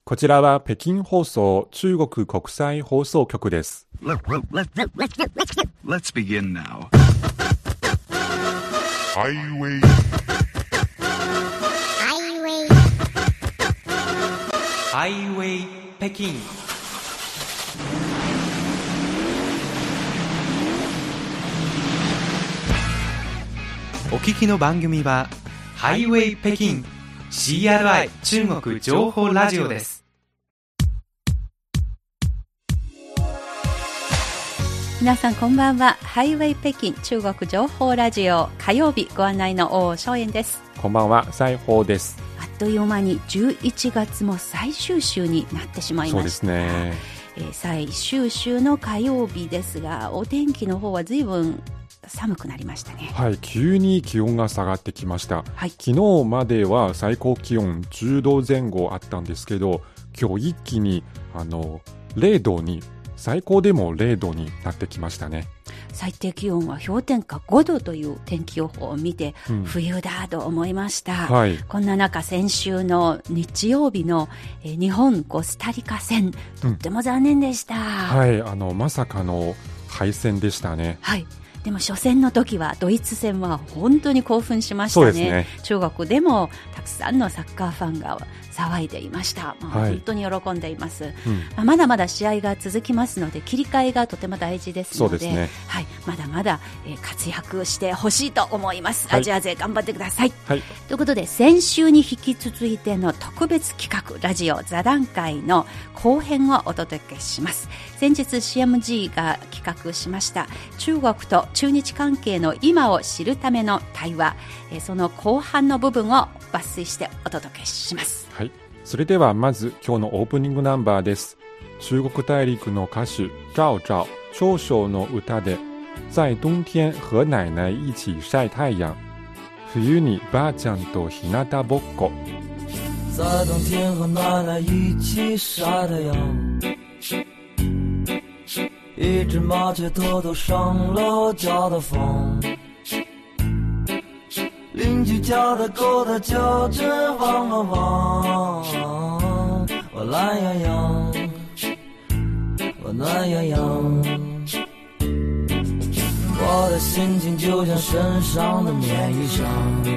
こちらは北京放送中国国際放送局です。 Let's begin now. Highway 北京。お聞きの番組はハイウェイ北京 CRI 中国情報ラジオです。 皆さんこんばんは。ハイウェイ北京中国情報ラジオ火曜日ご案内の王正燕です。 こんばんは、西宝です。 あっという間に11月も最終週になってしまいました。そうですね。最終週の火曜日ですが、お天気の方は随分寒くなりましたね。 はい、急に気温が下がってきました。はい、昨日までは最高気温10度前後あったんですけど、今日一気に0度に、最高でも0度になってきましたね。 最低気温は氷点下5度という天気予報を見て、冬だと思いました。はい、こんな中、先週の日曜日の日本コスタリカ戦、とっても残念でした。 はい、まさかの敗戦でしたね。 はい、でも初戦の時はドイツ戦は本当に興奮しました ね。 そうですね。中国でもたくさんのサッカーファンが騒いでいました。本当に喜んでいます。まだまだ試合が続きますので、切り替えがとても大事ですの で、はい、まだまだ、活躍してほしいと思います。アジア勢頑張ってください。はい、ということで、先週に引き続いての特別企画ラジオ座談会の後編をお届けします。先日 CMG が企画しました中国と中日関係の今を知るための対話、その後半の部分を抜粋してお届けします。 はい、それではまず今日のオープニングナンバーです。中国大陸の歌手赵赵長小の歌で、在冬天和奶奶一起晒太陽、冬にばあちゃんと日向ぼっこ。 在冬天和奶奶一起晒太陽，一只麻雀偷偷上了家的房，邻居家的狗它叫着汪汪汪，我懒洋洋，我懒洋洋，我的心情就像身上的棉衣裳，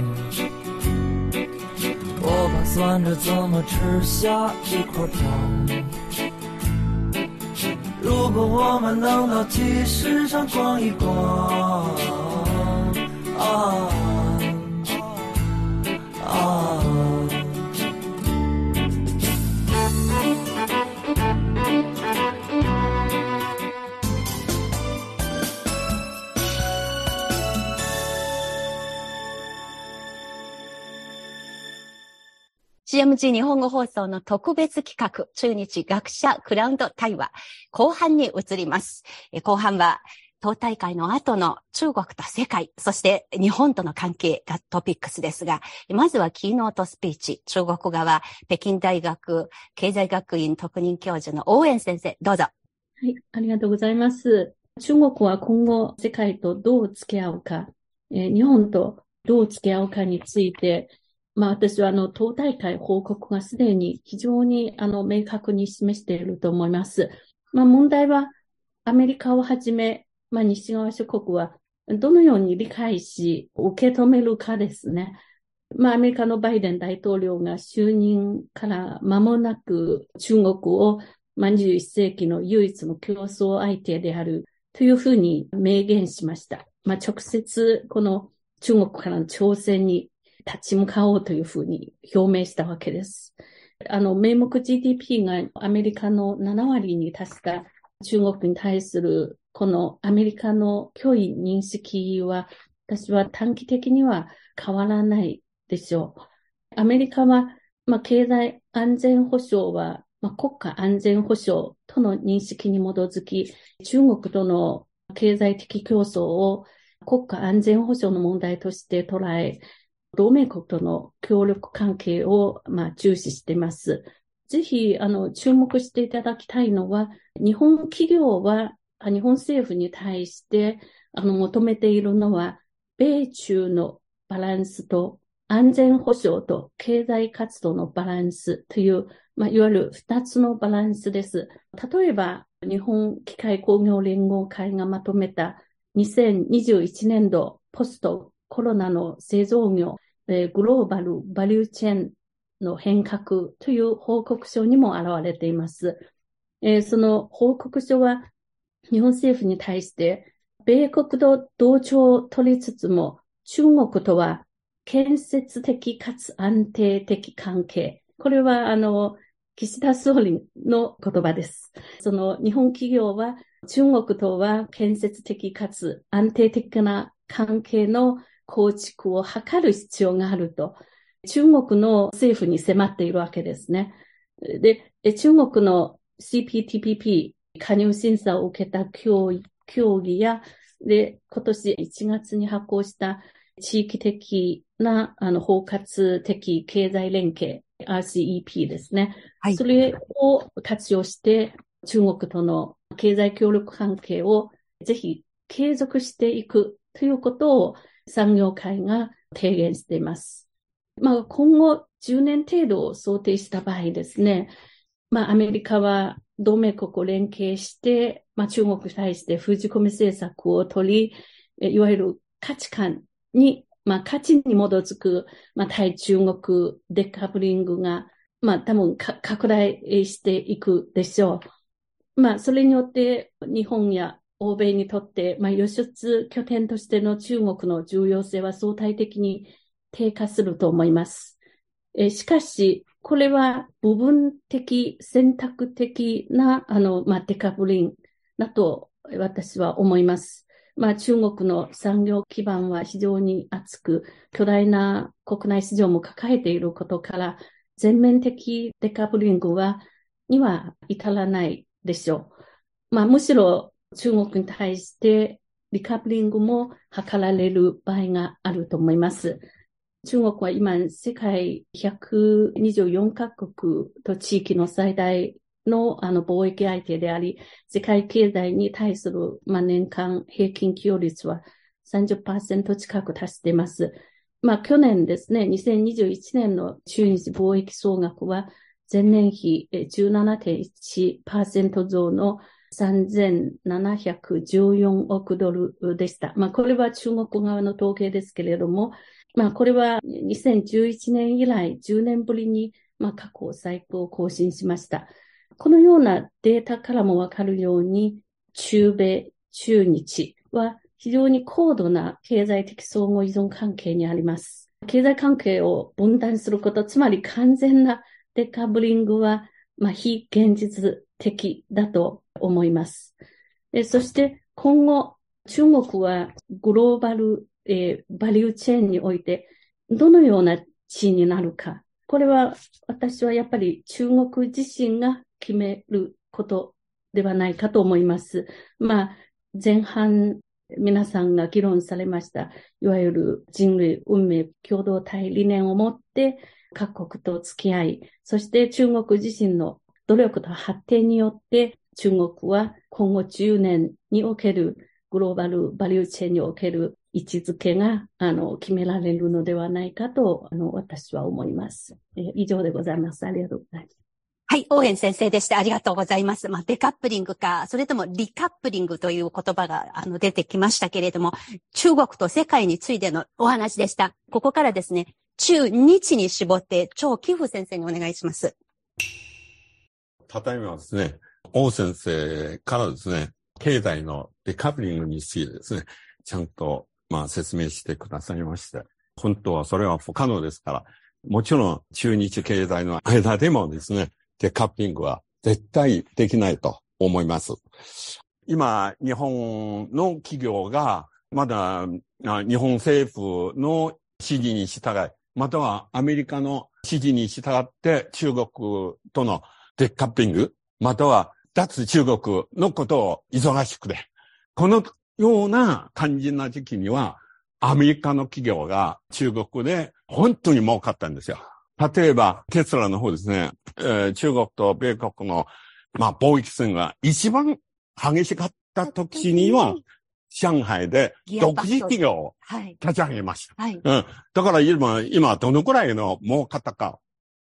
我盘算着怎么吃下一块糖。如果我们能到集市上逛一逛， CMG 日本語放送の特別企画、中日学者クラウド対話、後半に移ります。後半は党大会の後の中国と世界、そして日本との関係がトピックスですが、まずはキーノートスピーチ、中国側、北京大学経済学院特任教授の王燕先生、どうぞ。 はい、ありがとうございます。中国は今後世界とどう付き合うか、日本とどう付き合うかについて、私は党大会報告がすでに非常に明確に示していると思います。問題はアメリカをはじめ、西側諸国はどのように理解し受け止めるかですね。アメリカのバイデン大統領が就任から間もなく中国を21世紀の唯一の競争相手であるというふうに明言しました。直接この中国からの挑戦に立ち向かおうというふうに表明したわけです。名目 GDP がアメリカの7割に達した中国に対するこのアメリカの脅威認識は、私は短期的には変わらないでしょう。アメリカは、経済安全保障は、国家安全保障との認識に基づき、中国との経済的競争を国家安全保障の問題として捉え、同盟国との協力関係を重視しています。ぜひ注目していただきたいのは、日本企業は日本政府に対して求めているのは、米中のバランスと安全保障と経済活動のバランスといういわゆる2つのバランスです。例えば、日本機械工業連合会がまとめた2021年度ポストコロナの製造業、グローバルバリューチェーンの変革という報告書にも表れています。その報告書は日本政府に対して米国と同調を取りつつも中国とは建設的かつ安定的関係。これは岸田総理の言葉です。その日本企業は中国とは建設的かつ安定的な関係の構築を図る必要があると中国の政府に迫っているわけですね。で、中国の CPTPP 加入審査を受けた協議や、で、今年1月に発行した地域的な包括的経済連携 RCEP ですね。はい。それを活用して中国との経済協力関係をぜひ継続していくということを産業界が提言しています。今後10年程度を想定した場合ですね、アメリカは同盟国を連携して、中国に対して封じ込め政策を取り、いわゆる価値観に、価値に基づく、対中国デカップリングが、多分拡大していくでしょう。それによって日本や欧米にとって、輸出拠点としての中国の重要性は相対的に低下すると思います。しかし、これは部分的、選択的な、デカップリングだと私は思います。中国の産業基盤は非常に厚く、巨大な国内市場も抱えていることから、全面的デカップリングには至らないでしょう。むしろ中国に対してデカップリングも図られる場合があると思います。中国は今、世界124カ国と地域の最大の貿易相手であり、世界経済に対する年間平均寄与率は 30% 近く達しています。去年ですね、2021年の中日貿易総額は前年比 17.1% 増の3714億ドルでした。これは中国側の統計ですけれども、これは2011年以来10年ぶりに過去最高を更新しました。このようなデータからもわかるように、中米、中日は非常に高度な経済的相互依存関係にあります。経済関係を分断すること、つまり完全なデカップリングは、非現実的だと思います。そして今後、中国はグローバル、バリューチェーンにおいてどのような地位になるか。これは私はやっぱり中国自身が決めることではないかと思います。前半皆さんが議論されました、いわゆる人類運命共同体理念を持って各国と付き合い、そして中国自身の努力と発展によって中国は今後10年におけるグローバルバリューチェーンにおける位置づけが決められるのではないかと私は思います。以上でございます。ありがとうございます。 はい、オーヘン先生でしてありがとうございます。デカップリングか、それともリカップリングという言葉が出てきましたけれども、中国と世界についてのお話でした。ここからですね、中日に絞って張貴夫先生にお願いします。 ただいまですね、王先生からですね、経済のデカップリングについてですね、ちゃんと説明してくださいまして、本当はそれは不可能ですから、もちろん中日経済の間でもですね、デカップリングは絶対できないと思います。今、日本の企業がまだ日本政府の指示に従い、またはアメリカの指示に従って中国とのデカップリング、または脱中国のことを忙しくて、このような肝心な時期にはアメリカの企業が中国で本当に儲かったんですよ。例えば、テスラの方ですね、中国と米国の、貿易戦が一番激しかった時には、上海で独自企業を立ち上げました。だから今どのくらいの儲かったか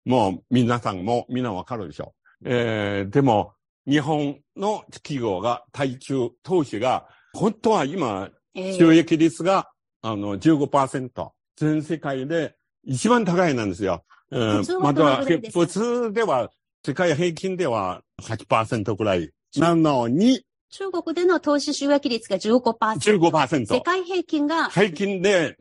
もう皆さんもみんなわかるでしょう。でも、日本の企業が対中投資が、本当は今、収益率が、15%。全世界で一番高いなんですよ。また、普通では、世界平均では 8% くらい。なのに、 中国での投資収益率が 15%。 15%。 世界平均が。 平均で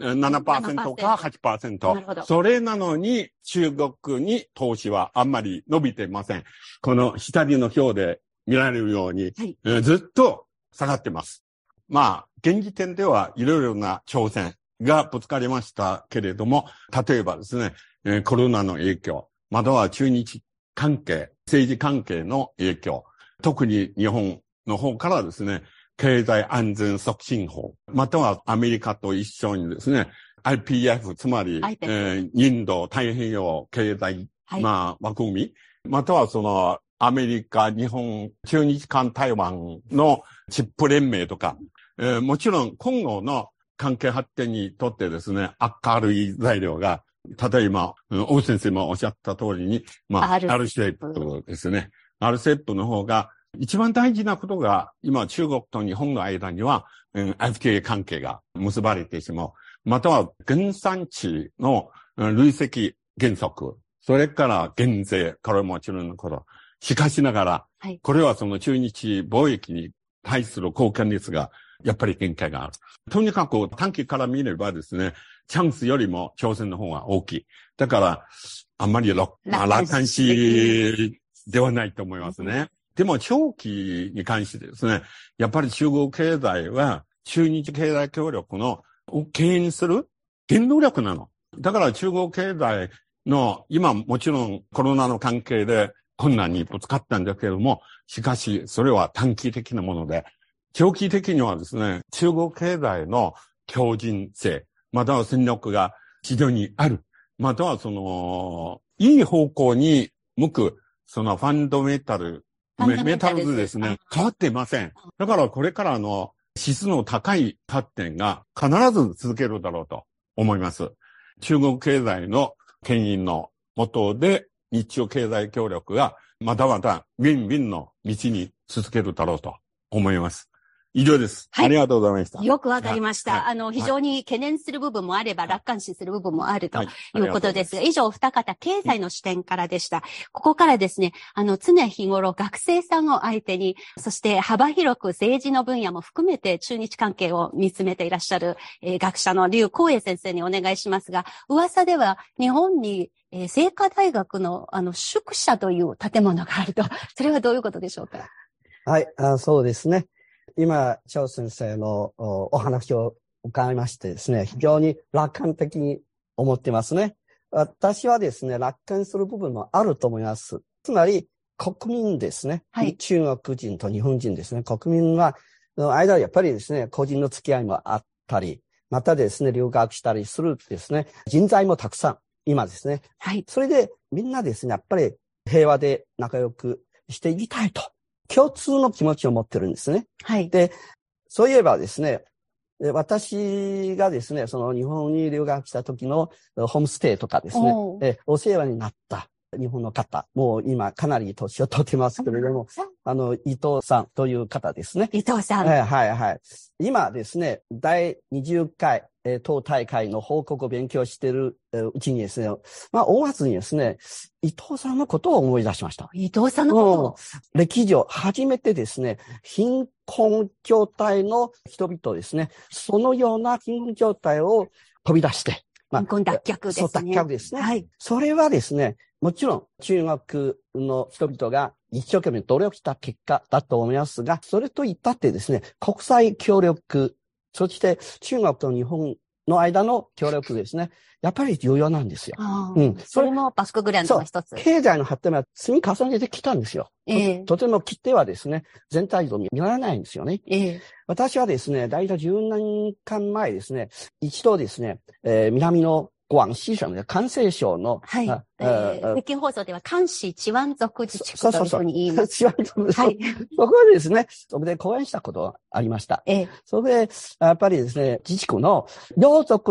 7% か 8%。 なるほど。 それなのに、中国に投資はあんまり伸びてません。この左の表で見られるように、はい、ずっと下がってます。まあ、現時点ではいろいろな挑戦がぶつかりましたけれども、例えばですね、コロナの影響、または中日関係、政治関係の影響、特に日本の方からですね、経済安全促進法、またはアメリカと一緒にですね、IPF、つまり、インド太平洋経済、枠組み、またはそのアメリカ、日本、中日韓台湾のチップ連盟とか、もちろん今後の関係発展にとってですね、明るい材料が、例えば、王先生もおっしゃった通りに、RCEP ですね。RCEP の方が、一番大事なことが、今中国と日本の間には、FTA 関係が結ばれてしまう。または、原産地の累積原則、それから減税、これももちろんのこと。しかしながら、これはその中日貿易に対する貢献率が、やっぱり限界がある。とにかく短期から見ればですね、チャンスよりも挑戦の方が大きい。だから、あんまり楽観視ではないと思いますね。でも長期に関してですね、やっぱり中国経済は中日経済協力のを牽引する原動力なの。だから中国経済の今もちろんコロナの関係で困難にぶつかったんだけれども、しかしそれは短期的なもので、長期的にはですね、中国経済の強靭性、または戦力が非常にある。またはその、いい方向に向く、そのファンドメタルズですね、変わっていません。だからこれからの質の高い発展が必ず続けるだろうと思います。中国経済の牽引の下で日中経済協力がまたまたウィンウィンの道に続けるだろうと思います。以上です。はい。ありがとうございました。 よくわかりました。非常に懸念する部分もあれば、楽観視する部分もあるということですが、以上、二方、経済の視点からでした。ここからですね、常日頃学生さんを相手に、そして幅広く政治の分野も含めて中日関係を見つめていらっしゃる、学者の劉光栄先生にお願いしますが、噂では日本に清華大学の宿舎という建物があると、それはどういうことでしょうか？ はい、そうですね。今、張先生のお話を伺いましてですね、非常に楽観的に思ってますね。私はですね、楽観する部分もあると思います。つまり、国民ですね。はい。中国人と日本人ですね。国民は、間やっぱりですね、個人の付き合いもあったり、またですね、留学したりするですね、人材もたくさん、今ですね。はい。それで、みんなですね、やっぱり平和で仲良くしていきたいと。共通の気持ちを持ってるんですね。はい。で、そういえばですね、私がですね、その日本に留学した時のホームステイとかですね、お世話になった日本の方、もう今かなり年を取ってますけれども、伊藤さんという方ですね。 伊藤さん。 はい。今ですね、第20回、当大会の報告を勉強しているうちにですね、思わずにですね、伊藤さんのことを思い出しました。 伊藤さんのこと歴史上初めてですね、貧困状態の人々ですね、そのような貧困状態を飛び出して、 貧困脱却ですね。 そう、脱却ですね。はい。それはですね、もちろん中国の人々が一生懸命努力した結果だと思いますが、それといったってですね、国際協力、そして中国と日本の間の協力ですね。やっぱり重要なんですよ。 それもバックグラウンドの一つ。 経済の発展は積み重ねてきたんですよ。とても切ってはですね、全体像に見られないんですよね。私はですね、大体10年間前ですね、一度ですね、南の广西省の甘西省の、 はい。北京放送では甘西チワン族自治区というふうに言います。 チワン族。はい。そこでですね、そこで講演したことがありました。それで、やっぱりですね、自治区の領族の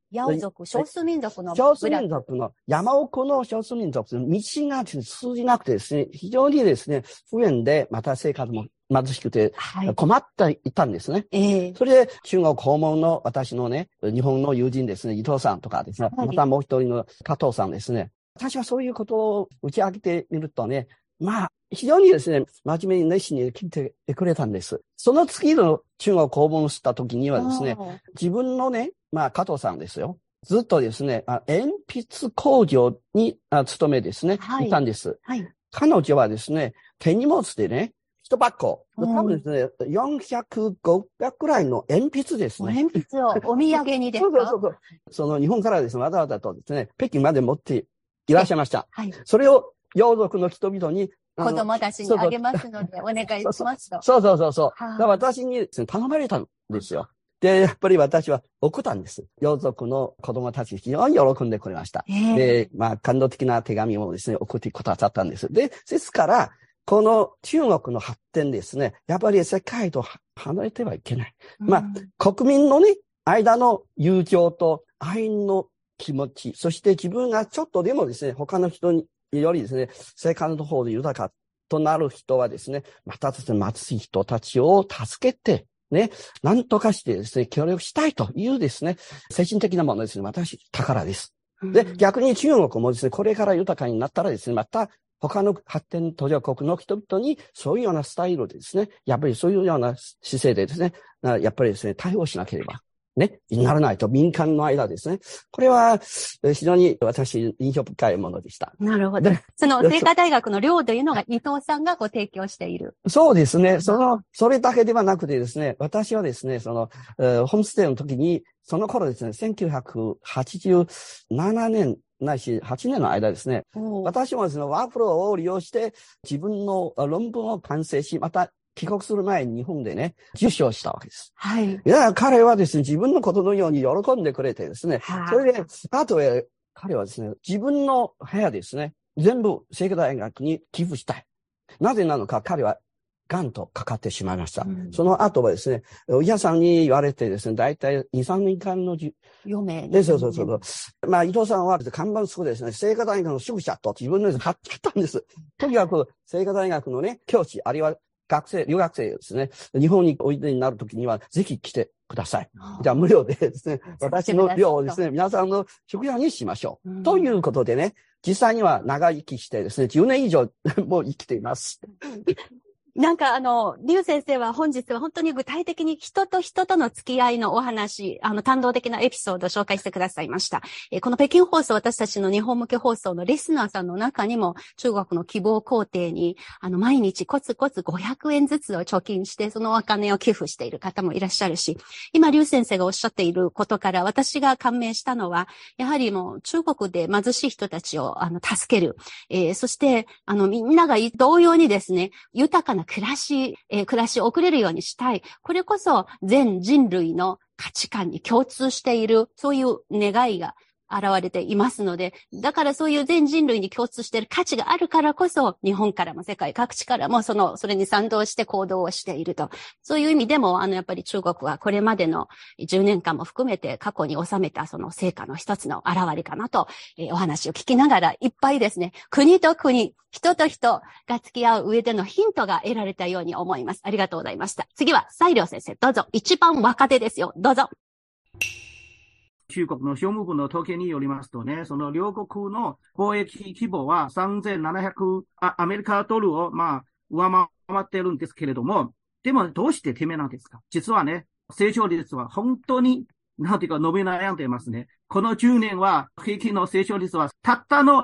ヤオ族、少数民族の。 少数民族の、山奥の少数民族の道が通じなくてですね、非常にですね、不便で、また生活も貧しくて、困っていたんですね。それで、中国訪問の私のね、日本の友人ですね、伊藤さんとかですね、またもう一人の加藤さんですね。私はそういうことを打ち明けてみるとね、まあ、非常にですね、真面目に熱心に聞いてくれたんです。その次の中国訪問した時にはですね、自分のね、まあ、加藤さんですよ。ずっとですね、鉛筆工場に勤めですね、いたんです。彼女はですね、手荷物でね、一箱、多分ですね、400、500くらいの鉛筆ですね。 鉛筆をお土産にですか？ そう。その日本からですね、わざわざとですね、北京まで持っていらっしゃいました。それを洋族の人々に子供たちにあげますので、お願いしますと。 そう。だから私にですね、頼まれたんですよ。で、やっぱり私は送ったんです。洋族の子供たち非常に喜んでくれました。で、まあ、感動的な手紙もですね、送ってくださったんです。ですから、この中国の発展ですね、やっぱり世界と離れてはいけない。まあ、国民のね、間の友情と愛の気持ち、そして自分がちょっとでもですね、他の人によりですね、生活の方で豊かとなる人はですね、またですね、貧しい人たちを助けて、ね、何とかしてですね、協力したいというですね、精神的なものですね、私、宝です。で、逆に中国もですね、これから豊かになったらですね、また他の発展途上国の人々にそういうようなスタイルでですね、やっぱりそういうような姿勢でですね、やっぱりですね、対応しなければ。ね、ならないと民間の間ですね。これは非常に私印象深いものでした。 なるほど。その清華大学の寮というのが伊藤さんがご提供している。 そうですね。それだけではなくてですね、私はですね、ホームステイの時に、その頃ですね、1987年ないし8年の間ですね、私もですね、ワークフローを利用して自分の論文を完成し、また帰国する前に日本でね、受賞したわけです。いや、彼はですね、自分のことのように喜んでくれてですね、それで、あとは彼はですね、自分の部屋ですね、全部清華大学に寄付したい。なぜなのか、彼は癌とかかってしまいました。その後はですね、お医者さんに言われてですね、だいたい2、3年間の余命で、そう。まあ、伊藤さんは看板すぐですね、清華大学の宿舎と自分のやつ買っちゃったんです。とにかく、清華大学のね、教師、あるいは留学生ですね、日本においでになるときには、ぜひ来てください。じゃあ無料でですね、私の寮をですね、皆さんの宿舎にしましょう。ということでね、実際には長生きしてですね、10年以上もう生きています。 なんか劉先生は本日は本当に具体的に人と人との付き合いのお話、感動的なエピソードを紹介してくださいました。この北京放送、私たちの日本向け放送のリスナーさんの中にも、中国の希望工程に、毎日コツコツ500円ずつを貯金して、そのお金を寄付している方もいらっしゃるし、今、劉先生がおっしゃっていることから、私が感銘したのは、やはりもう中国で貧しい人たちを助ける。そして、みんなが同様にですね、豊かな暮らしを送れるようにしたい。これこそ全人類の価値観に共通している、そういう願いが現れていますので、だからそういう全人類に共通している価値があるからこそ、日本からも世界各地からもそれに賛同して行動をしていると。そういう意味でも、やっぱり中国はこれまでの10年間も含めて過去に収めたその成果の一つの表れかなと、お話を聞きながらいっぱいですね、国と国、人と人が付き合う上でのヒントが得られたように思います。ありがとうございました。次は西良先生、どうぞ。一番若手ですよ。どうぞ。 中国の商務部の統計によりますとね、その両国の貿易規模は3700アメリカドルを上回っているんですけれども、でもどうして低迷なんですか？実はね、成長率は本当に伸び悩んでいますね。この10年は平均の成長率はたったの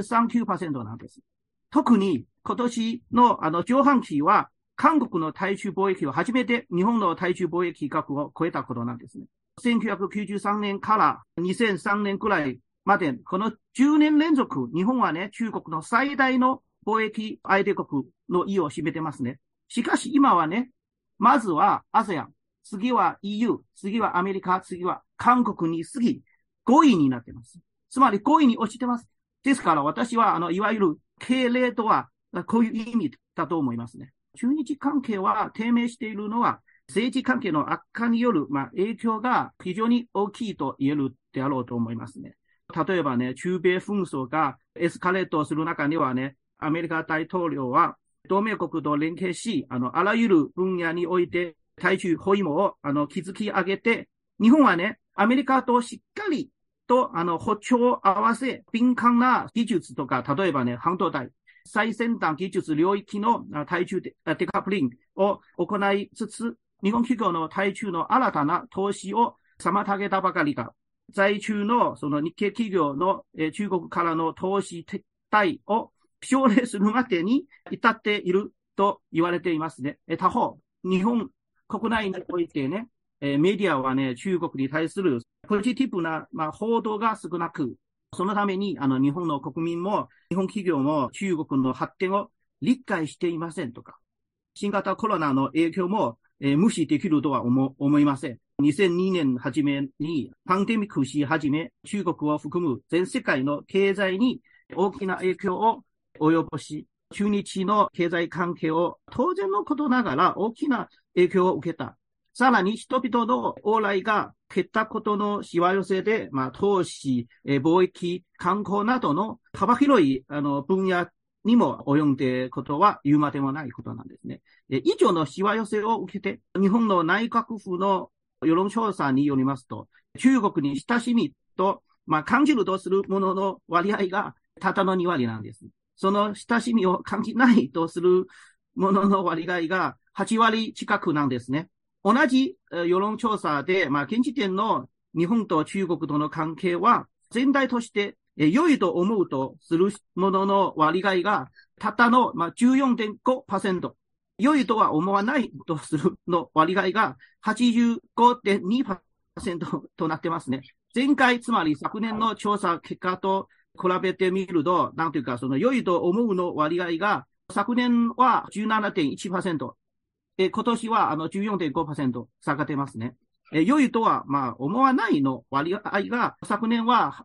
0.39% なんです。特に今年の上半期は韓国の対中貿易を初めて日本の対中貿易額を超えたことなんですね。1993年から2003年くらいまで、この10年連続、日本はね、中国の最大の貿易相手国の意を占めてますね。しかし今はね、まずは ASEAN、次は EU、次はアメリカ、次は韓国に次ぎ、5位になってます。つまり5位に落ちてます。ですから私はいわゆる経例とはこういう意味だと思いますね。中日関係は低迷しているのは、 政治関係の悪化による、影響が非常に大きいと言えるであろうと思いますね。例えばね、中米紛争がエスカレートする中にはね、アメリカ大統領は同盟国と連携し、あらゆる分野において対中包囲網を築き上げて、日本はね、アメリカとしっかりと歩調を合わせ、敏感な技術とか、例えばね、半導体、最先端技術領域の対中デカップリングを行いつつ、日本企業の対中の新たな投資を妨げたばかりか、在中のその日系企業の中国からの投資撤退を奨励するまでに至っていると言われていますね。他方、日本国内においてね、メディアはね、中国に対するポジティブな、報道が少なく、そのために日本の国民も日本企業も中国の発展を理解していませんとか、新型コロナの影響も無視できるとは思いません。2002年初めにパンデミックし始め、中国を含む全世界の経済に大きな影響を及ぼし、中日の経済関係を当然のことながら大きな影響を受けた。さらに人々の往来が減ったことのしわ寄せで、投資、貿易、観光などの幅広い分野にも及んでいることは言うまでもないことなんですね。以上のしわ寄せを受けて、日本の内閣府の世論調査によりますと、中国に親しみと、感じるとするものの割合がたったの2割なんです。その親しみを感じないとするものの割合が8割近くなんですね。同じ世論調査で、現時点の日本と中国との関係は全体として良いと思うとするものの割合がたったの 14.5%、良いとは思わないとするの割合が 85.2% となってますね。前回、つまり昨年の調査結果と比べてみると、なんというか、その良いと思うの割合が昨年は 17.1%、今年は14.5% 下がってますね。良いとは思わないの割合が昨年は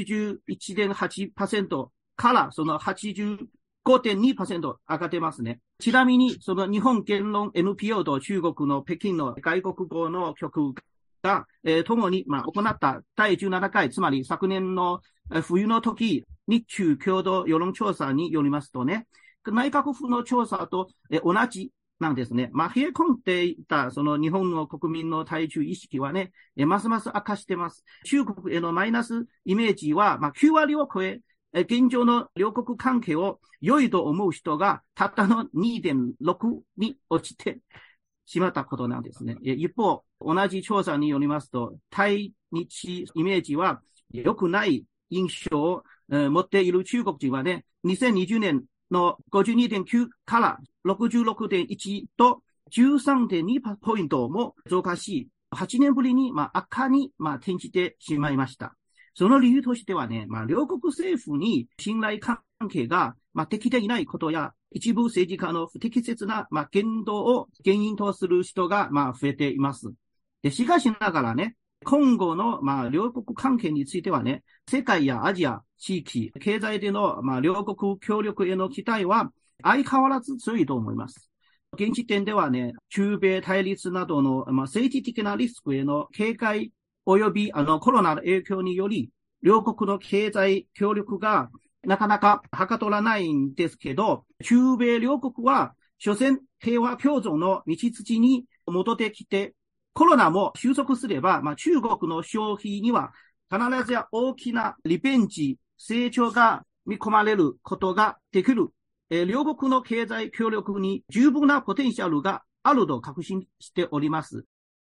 81.8% からその 85.2% 上がってますね。ちなみにその日本言論 NPO と中国の北京の外国語の局が共に行った第17回、つまり昨年の冬の時、日中共同世論調査によりますとね、内閣府の調査と同じなんですね。冷え込んでいたその日本の国民の対中意識はね、ますます悪化しています。中国へのマイナスイメージは9割を超え、現状の両国関係を良いと思う人がたったの 2.6 に落ちてしまったことなんですね。一方、同じ調査によりますと、対日イメージは良くない印象を持っている中国人はね、2020年の 52.9 から 66.1 と 13.2 ポイントも増加し、8年ぶりに悪化に転じてしまいました。その理由としてはね、両国政府に信頼関係ができていないことや、一部政治家の不適切な言動を原因とする人が増えています。しかしながらね、今後の両国関係についてはね、世界やアジア地域、経済での両国協力への期待は相変わらず強いと思います。現時点ではね、中米対立などの政治的なリスクへの警戒及びコロナの影響により、両国の経済協力がなかなかはかどらないんですけど、中米両国は所詮平和共存の道筋に戻ってきて、コロナも収束すれば、中国の消費には必ずや大きなリベンジ、成長が見込まれることができる。両国の経済協力に十分なポテンシャルがあると確信しております。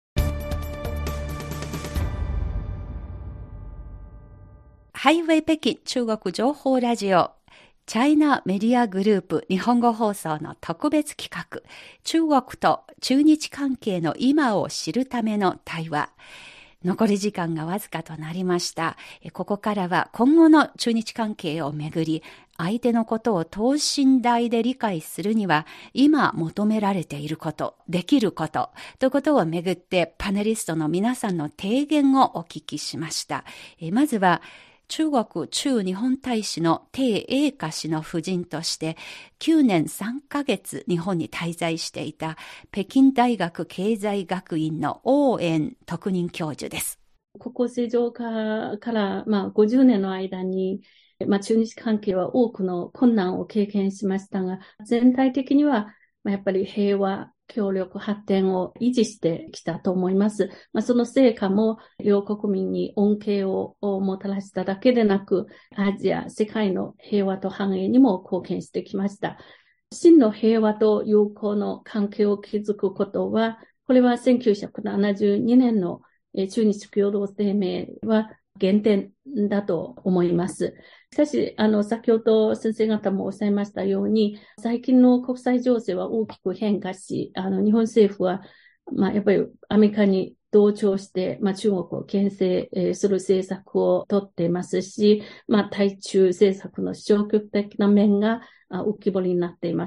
ハイウェイ北京中国情報ラジオ。チャイナメディアグループ日本語放送の特別企画、中国と中日関係の今を知るための対話。残り時間がわずかとなりました。ここからは今後の中日関係をめぐり、相手のことを等身大で理解するには、今求められていること、できること、ということをめぐってパネリストの皆さんの提言をお聞きしました。まずは、 中国駐日本大使の鄭英華氏の夫人として9年3ヶ月日本に滞在していた北京大学経済学院の王燕特任教授です。 国交正常化から50年の間に中日関係は多くの困難を経験しましたが、全体的にはやっぱり平和、協力、発展を維持してきたと思います。その成果も両国民に恩恵をもたらしただけでなく、アジア、世界の平和と繁栄にも貢献してきました。真の平和と友好の関係を築くことは、これは1972年の中日共同声明は原点だと思います。しかし、先ほど先生方もおっしゃいましたように、最近の国際情勢は大きく変化し、日本政府は、やっぱりアメリカに同調して、中国を牽制する政策をとっていますし、対中政策の消極的な面が浮き彫りになっています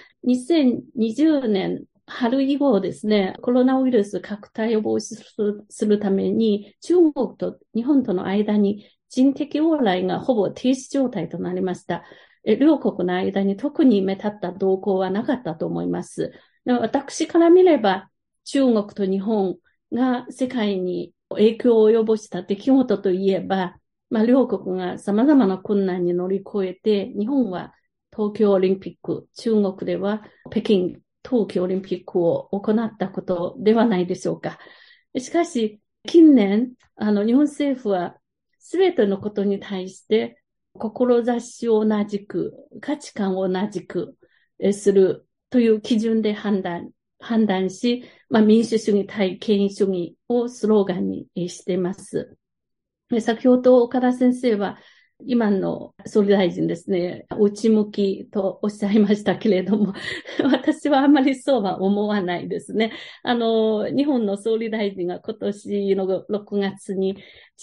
。2020年春以後ですね、コロナウイルス拡大を防止するために、中国と日本との間に人的往来がほぼ停止状態となりました。両国の間に特に目立った動向はなかったと思います。私から見れば、中国と日本が世界に影響を及ぼした出来事といえば、両国が様々な困難に乗り越えて、日本は東京オリンピック、中国では北京冬季オリンピックを行ったことではないでしょうか。しかし、近年、日本政府はすべてのことに対して、志を同じく、価値観を同じくするという基準で判断し、民主主義対権威主義をスローガンにしています。先ほど岡田先生は、今の総理大臣ですね、内向きとおっしゃいましたけれども、私はあまりそうは思わないですね。日本の総理大臣が今年の6月に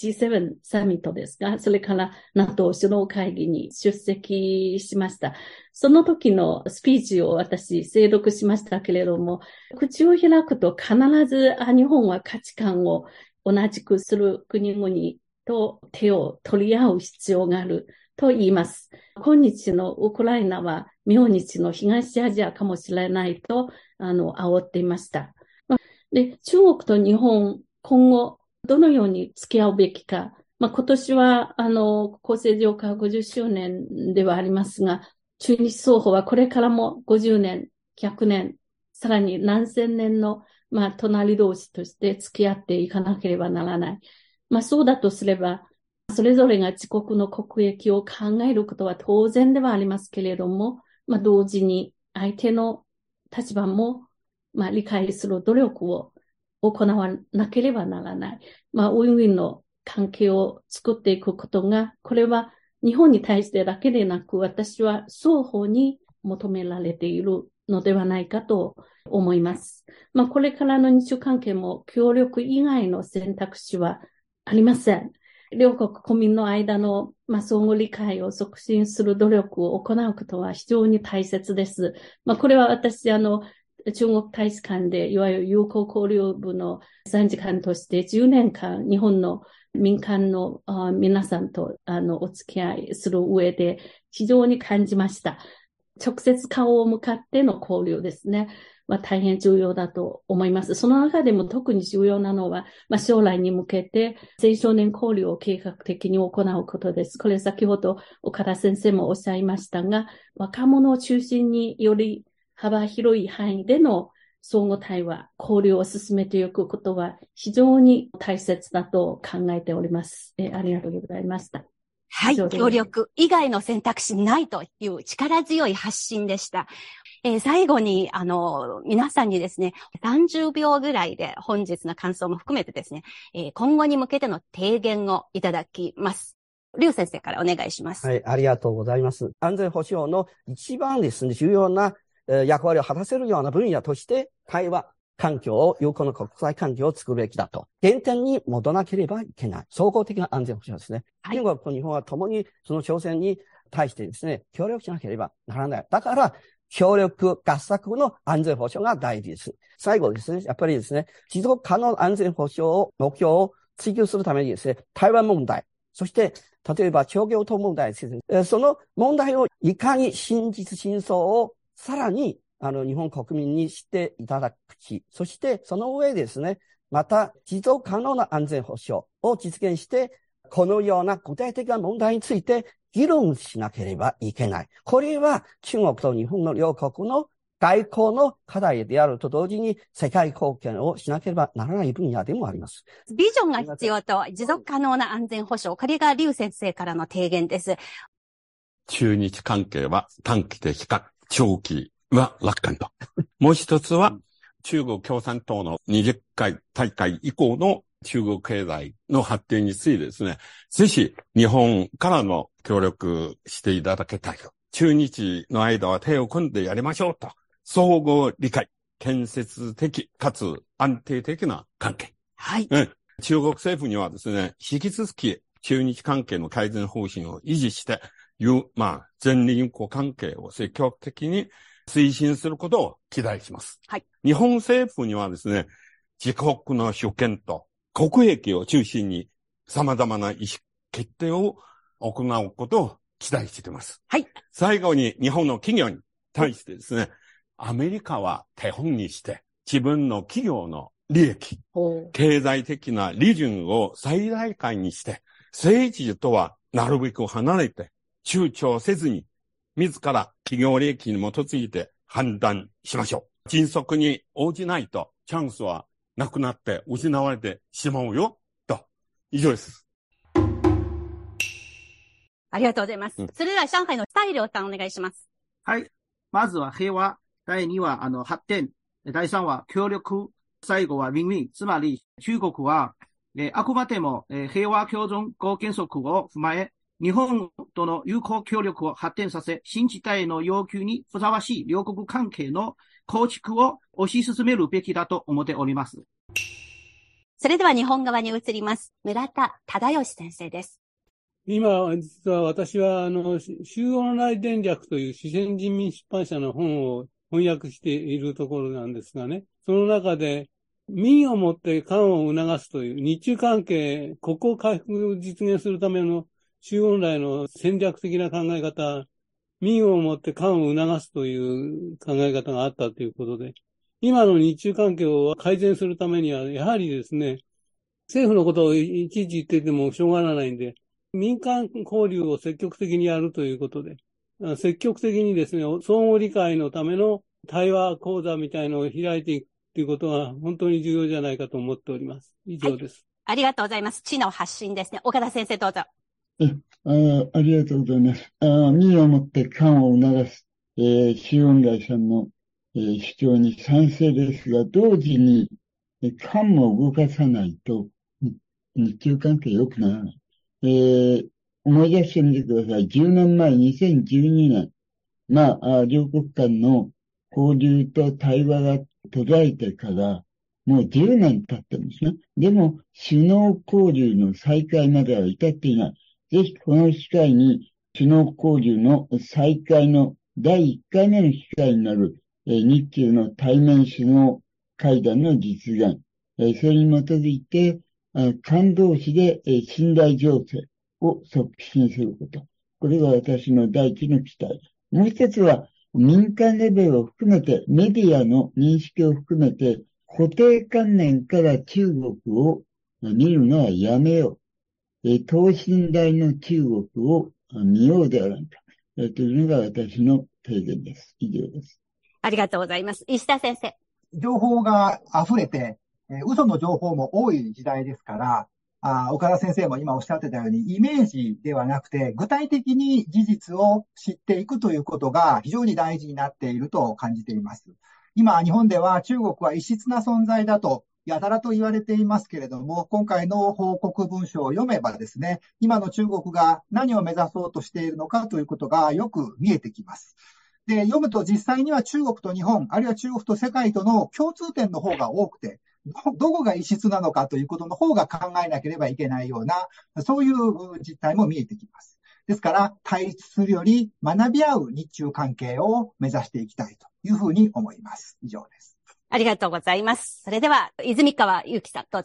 G7 サミットですが、それから NATO 首脳会議に出席しました。その時のスピーチを私、精読しましたけれども、口を開くと必ず日本は価値観を同じくする国々と手を取り合う必要があると言います。今日のウクライナは明日の東アジアかもしれないと煽っていました。で、中国と日本、今後どのように付き合うべきか。今年は国交正常化50周年ではありますが、中日双方はこれからも50年、100年、さらに何千年の隣同士として付き合っていかなければならない。そうだとすれば、それぞれが自国の国益を考えることは当然ではありますけれども、同時に相手の立場も、理解する努力を行わなければならない。ウィンウィンの関係を作っていくことが、これは日本に対してだけでなく、私は双方に求められているのではないかと思います。これからの日中関係も協力以外の選択肢はありません。両国国民の間の、相互理解を促進する努力を行うことは非常に大切です。これは私、中国大使館で、いわゆる友好交流部の参事官として10年間、日本の民間の皆さんとお付き合いする上で非常に感じました。直接顔を向かっての交流ですね。大変重要だと思います。その中でも特に重要なのは、将来に向けて青少年交流を計画的に行うことです。これ先ほど岡田先生もおっしゃいましたが、若者を中心により幅広い範囲での相互対話、交流を進めていくことは非常に大切だと考えております。ありがとうございました。 はい、協力以外の選択肢ないという力強い発信でした。最後に、皆さんにですね、30秒ぐらいで本日の感想も含めてですね、今後に向けての提言をいただきます。劉先生からお願いします。 はい、ありがとうございます。安全保障の一番ですね、重要な役割を果たせるような分野として、対話環境を、友好の国際環境を作るべきだと。原点に戻らなければいけない。総合的な安全保障ですね。中国と日本は共にその挑戦に対してですね、協力しなければならない。だから、協力合作の安全保障が大事です。最後ですね、やっぱりですね、持続可能安全保障を目標を追求するためにですね、台湾問題、 そして、例えば、商業等問題ですね。その問題をいかに真実真相をさらに、日本国民にしていただくし、そしてその上ですね、また持続可能な安全保障を実現して、このような具体的な問題について議論しなければいけない。これは中国と日本の両国の外交の課題であると同時に世界貢献をしなければならない分野でもあります。 ビジョンが必要と持続可能な安全保障。これが劉先生からの提言です。 中日関係は短期的か長期は楽観と。もう一つは中国共産党の20回大会以降の中国経済の発展についてですね、ぜひ日本からの協力していただきたいと。中日の間は手を組んでやりましょうと。相互理解、建設的かつ安定的な関係。 はい。 中国政府にはですね、引き続き中日関係の改善方針を維持して、前利友好関係を積極的に推進することを期待します。 はい。 日本政府にはですね、自国の主権と国益を中心に様々な意思決定を行うことを期待しています。 はい。 最後に日本の企業に対してですね、アメリカは手本にして自分の企業の利益、経済的な利潤を最大化にして、政治とはなるべく離れて、躊躇せずに、自ら企業利益に基づいて判断しましょう。迅速に応じないと、チャンスはなくなって失われてしまうよ、と。以上です。 ありがとうございます。それでは上海のスタイルをさんお願いします。 はい。まずは平和。第2は、発展。第3は協力。最後はウィンウィン。つまり、中国は、あくまでも、平和共存合原則を踏まえ、日本との友好協力を発展させ、新時代の要求にふさわしい両国関係の構築を推し進めるべきだと思っております。 それでは日本側に移ります。村田忠義先生です。 今、実は私は、周恩来伝略という四川人民出版社の本を翻訳しているところなんですがね、その中で、民をもって官を促すという日中関係、国交回復を実現するための周恩来の戦略的な考え方、民をもって官を促すという考え方があったということで、今の日中関係を改善するためには、やはりですね、政府のことをいちいち言っていてもしょうがないんで、民間交流を積極的にやるということで、積極的にですね、相互理解のための対話講座みたいのを開いていくということが本当に重要じゃないかと思っております。以上です。 はい、ありがとうございます。知の発信ですね。岡田先生どうぞ。 ありがとうございます。民をもって官を促す、周恩来さんの、主張に賛成ですが、同時に、官も動かさないと、日中関係良くならない。思い出してみてください。10年前、2012年、両国間の交流と対話が途絶えてから、もう10年経ってるんですね。でも、首脳交流の再開までは至っていない。ぜひこの機会に、首脳交流の再開の第1回目の機会になる、日中の対面首脳会談の実現、それに基づいて、官同士で信頼醸成を促進すること。これが私の第一の期待。もう一つは、民間レベルを含めて、メディアの認識を含めて、固定観念から中国を見るのはやめよう。等身大の中国を見ようではないか。というのが私の提言です。以上です。 ありがとうございます。石田先生。 情報が溢れて、嘘の情報も多い時代ですから、岡田先生も今おっしゃってたように、イメージではなくて、具体的に事実を知っていくということが非常に大事になっていると感じています。今、日本では中国は異質な存在だと、やたらと言われていますけれども、今回の報告文書を読めばですね、今の中国が何を目指そうとしているのかということがよく見えてきます。で、読むと実際には中国と日本、あるいは中国と世界との共通点の方が多くて、どこが異質なのかということの方が考えなければいけないような、そういう実態も見えてきます。ですから、対立するより学び合う日中関係を目指していきたいというふうに思います。以上です。 ありがとうございます。それでは、泉川祐希さん、どうぞ。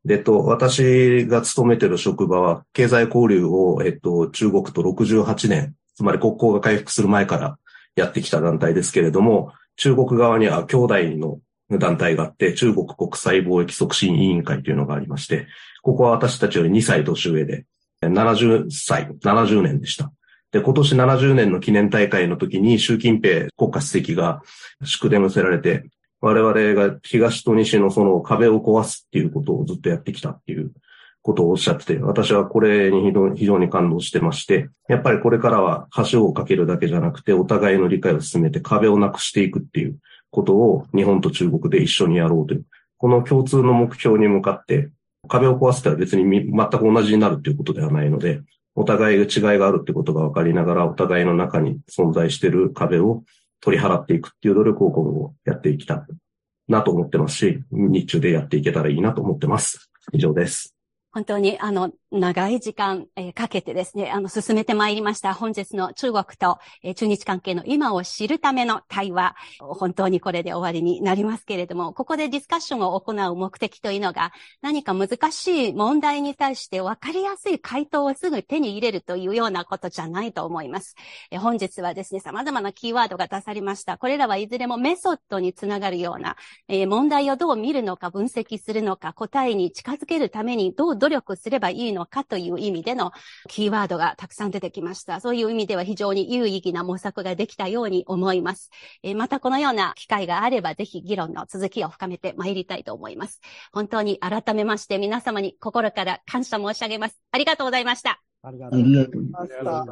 で、私が勤めてる職場は、経済交流を、中国と68年、つまり国交が回復する前からやってきた団体ですけれども、中国側には兄弟の団体があって、中国国際貿易促進委員会というのがありまして、ここは私たちより2歳年上で、70年でした。で、今年70年の記念大会の時に習近平国家主席が祝電を寄せられて、我々が東と西のその壁を壊すっていうことをずっとやってきたっていうことをおっしゃってて、私はこれに非常に感動してまして、やっぱりこれからは橋を架けるだけじゃなくて、お互いの理解を進めて壁をなくしていくっていうことを日本と中国で一緒にやろうという、この共通の目標に向かって壁を壊すとは別に全く同じになるということではないので、お互い違いがあるってことが分かりながら、お互いの中に存在している壁を取り払っていくっていう努力を今後やっていきたいなと思ってますし、日中でやっていけたらいいなと思ってます。以上です。 本当に長い時間かけてですね、進めてまいりました本日の中国と中日関係の今を知るための対話、本当にこれで終わりになりますけれども、ここでディスカッションを行う目的というのが、何か難しい問題に対して分かりやすい回答をすぐ手に入れるというようなことじゃないと思います。本日はですね、様々なキーワードが出されました。これらはいずれもメソッドにつながるような、問題をどう見るのか、分析するのか、答えに近づけるためにどう努力すればいいのかという意味でのキーワードがたくさん出てきました。そういう意味では非常に有意義な模索ができたように思います。またこのような機会があればぜひ議論の続きを深めてまいりたいと思います。本当に改めまして皆様に心から感謝申し上げます。ありがとうございました。 ありがとうございました。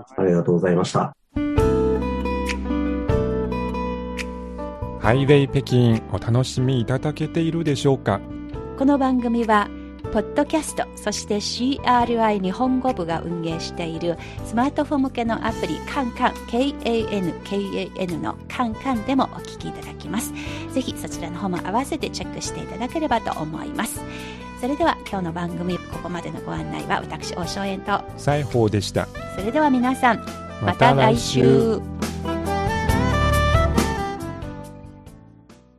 ありがとうございました。 ハイウェイ北京お楽しみいただけているでしょうか。 この番組はポッドキャスト、そして CRI 日本語部が運営しているスマートフォン向けのアプリカンカン KAN のカンカンでもお聞きいただきます。ぜひそちらの方も合わせてチェックしていただければと思います。それでは今日の番組ここまでのご案内は私大正円と西宝でした。 それでは皆さんまた来週。